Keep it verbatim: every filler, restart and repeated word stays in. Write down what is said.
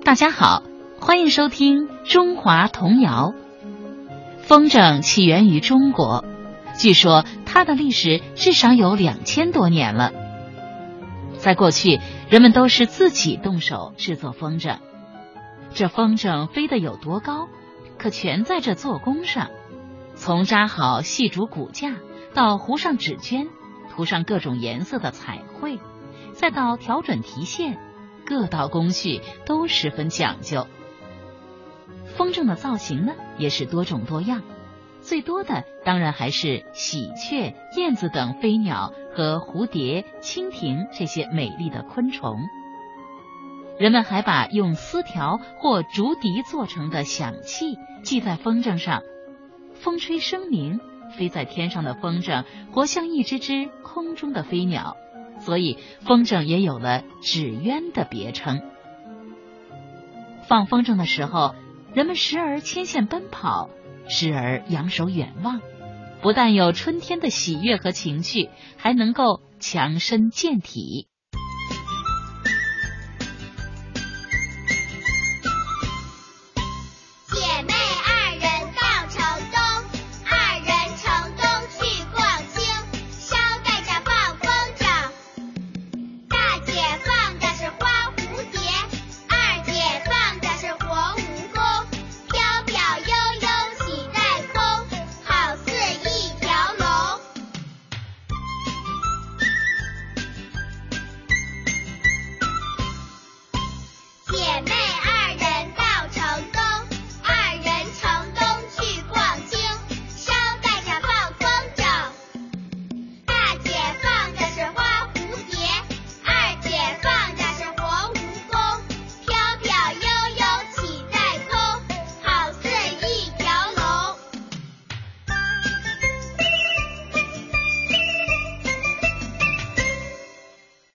大家好，欢迎收听中华童谣。风筝起源于中国，据说它的历史至少有两千多年了。在过去，人们都是自己动手制作风筝，这风筝飞得有多高，可全在这做工上。从扎好细竹骨架，到糊上纸绢，涂上各种颜色的彩绘，再到调准提线，各道工序都十分讲究。风筝的造型呢，也是多种多样，最多的当然还是喜鹊、燕子等飞鸟和蝴蝶、蜻蜓这些美丽的昆虫。人们还把用丝条或竹笛做成的响器系在风筝上，风吹声鸣，飞在天上的风筝活像一只只空中的飞鸟，所以风筝也有了纸鸢的别称。放风筝的时候，人们时而牵线奔跑，时而仰首远望，不但有春天的喜悦和情趣，还能够强身健体。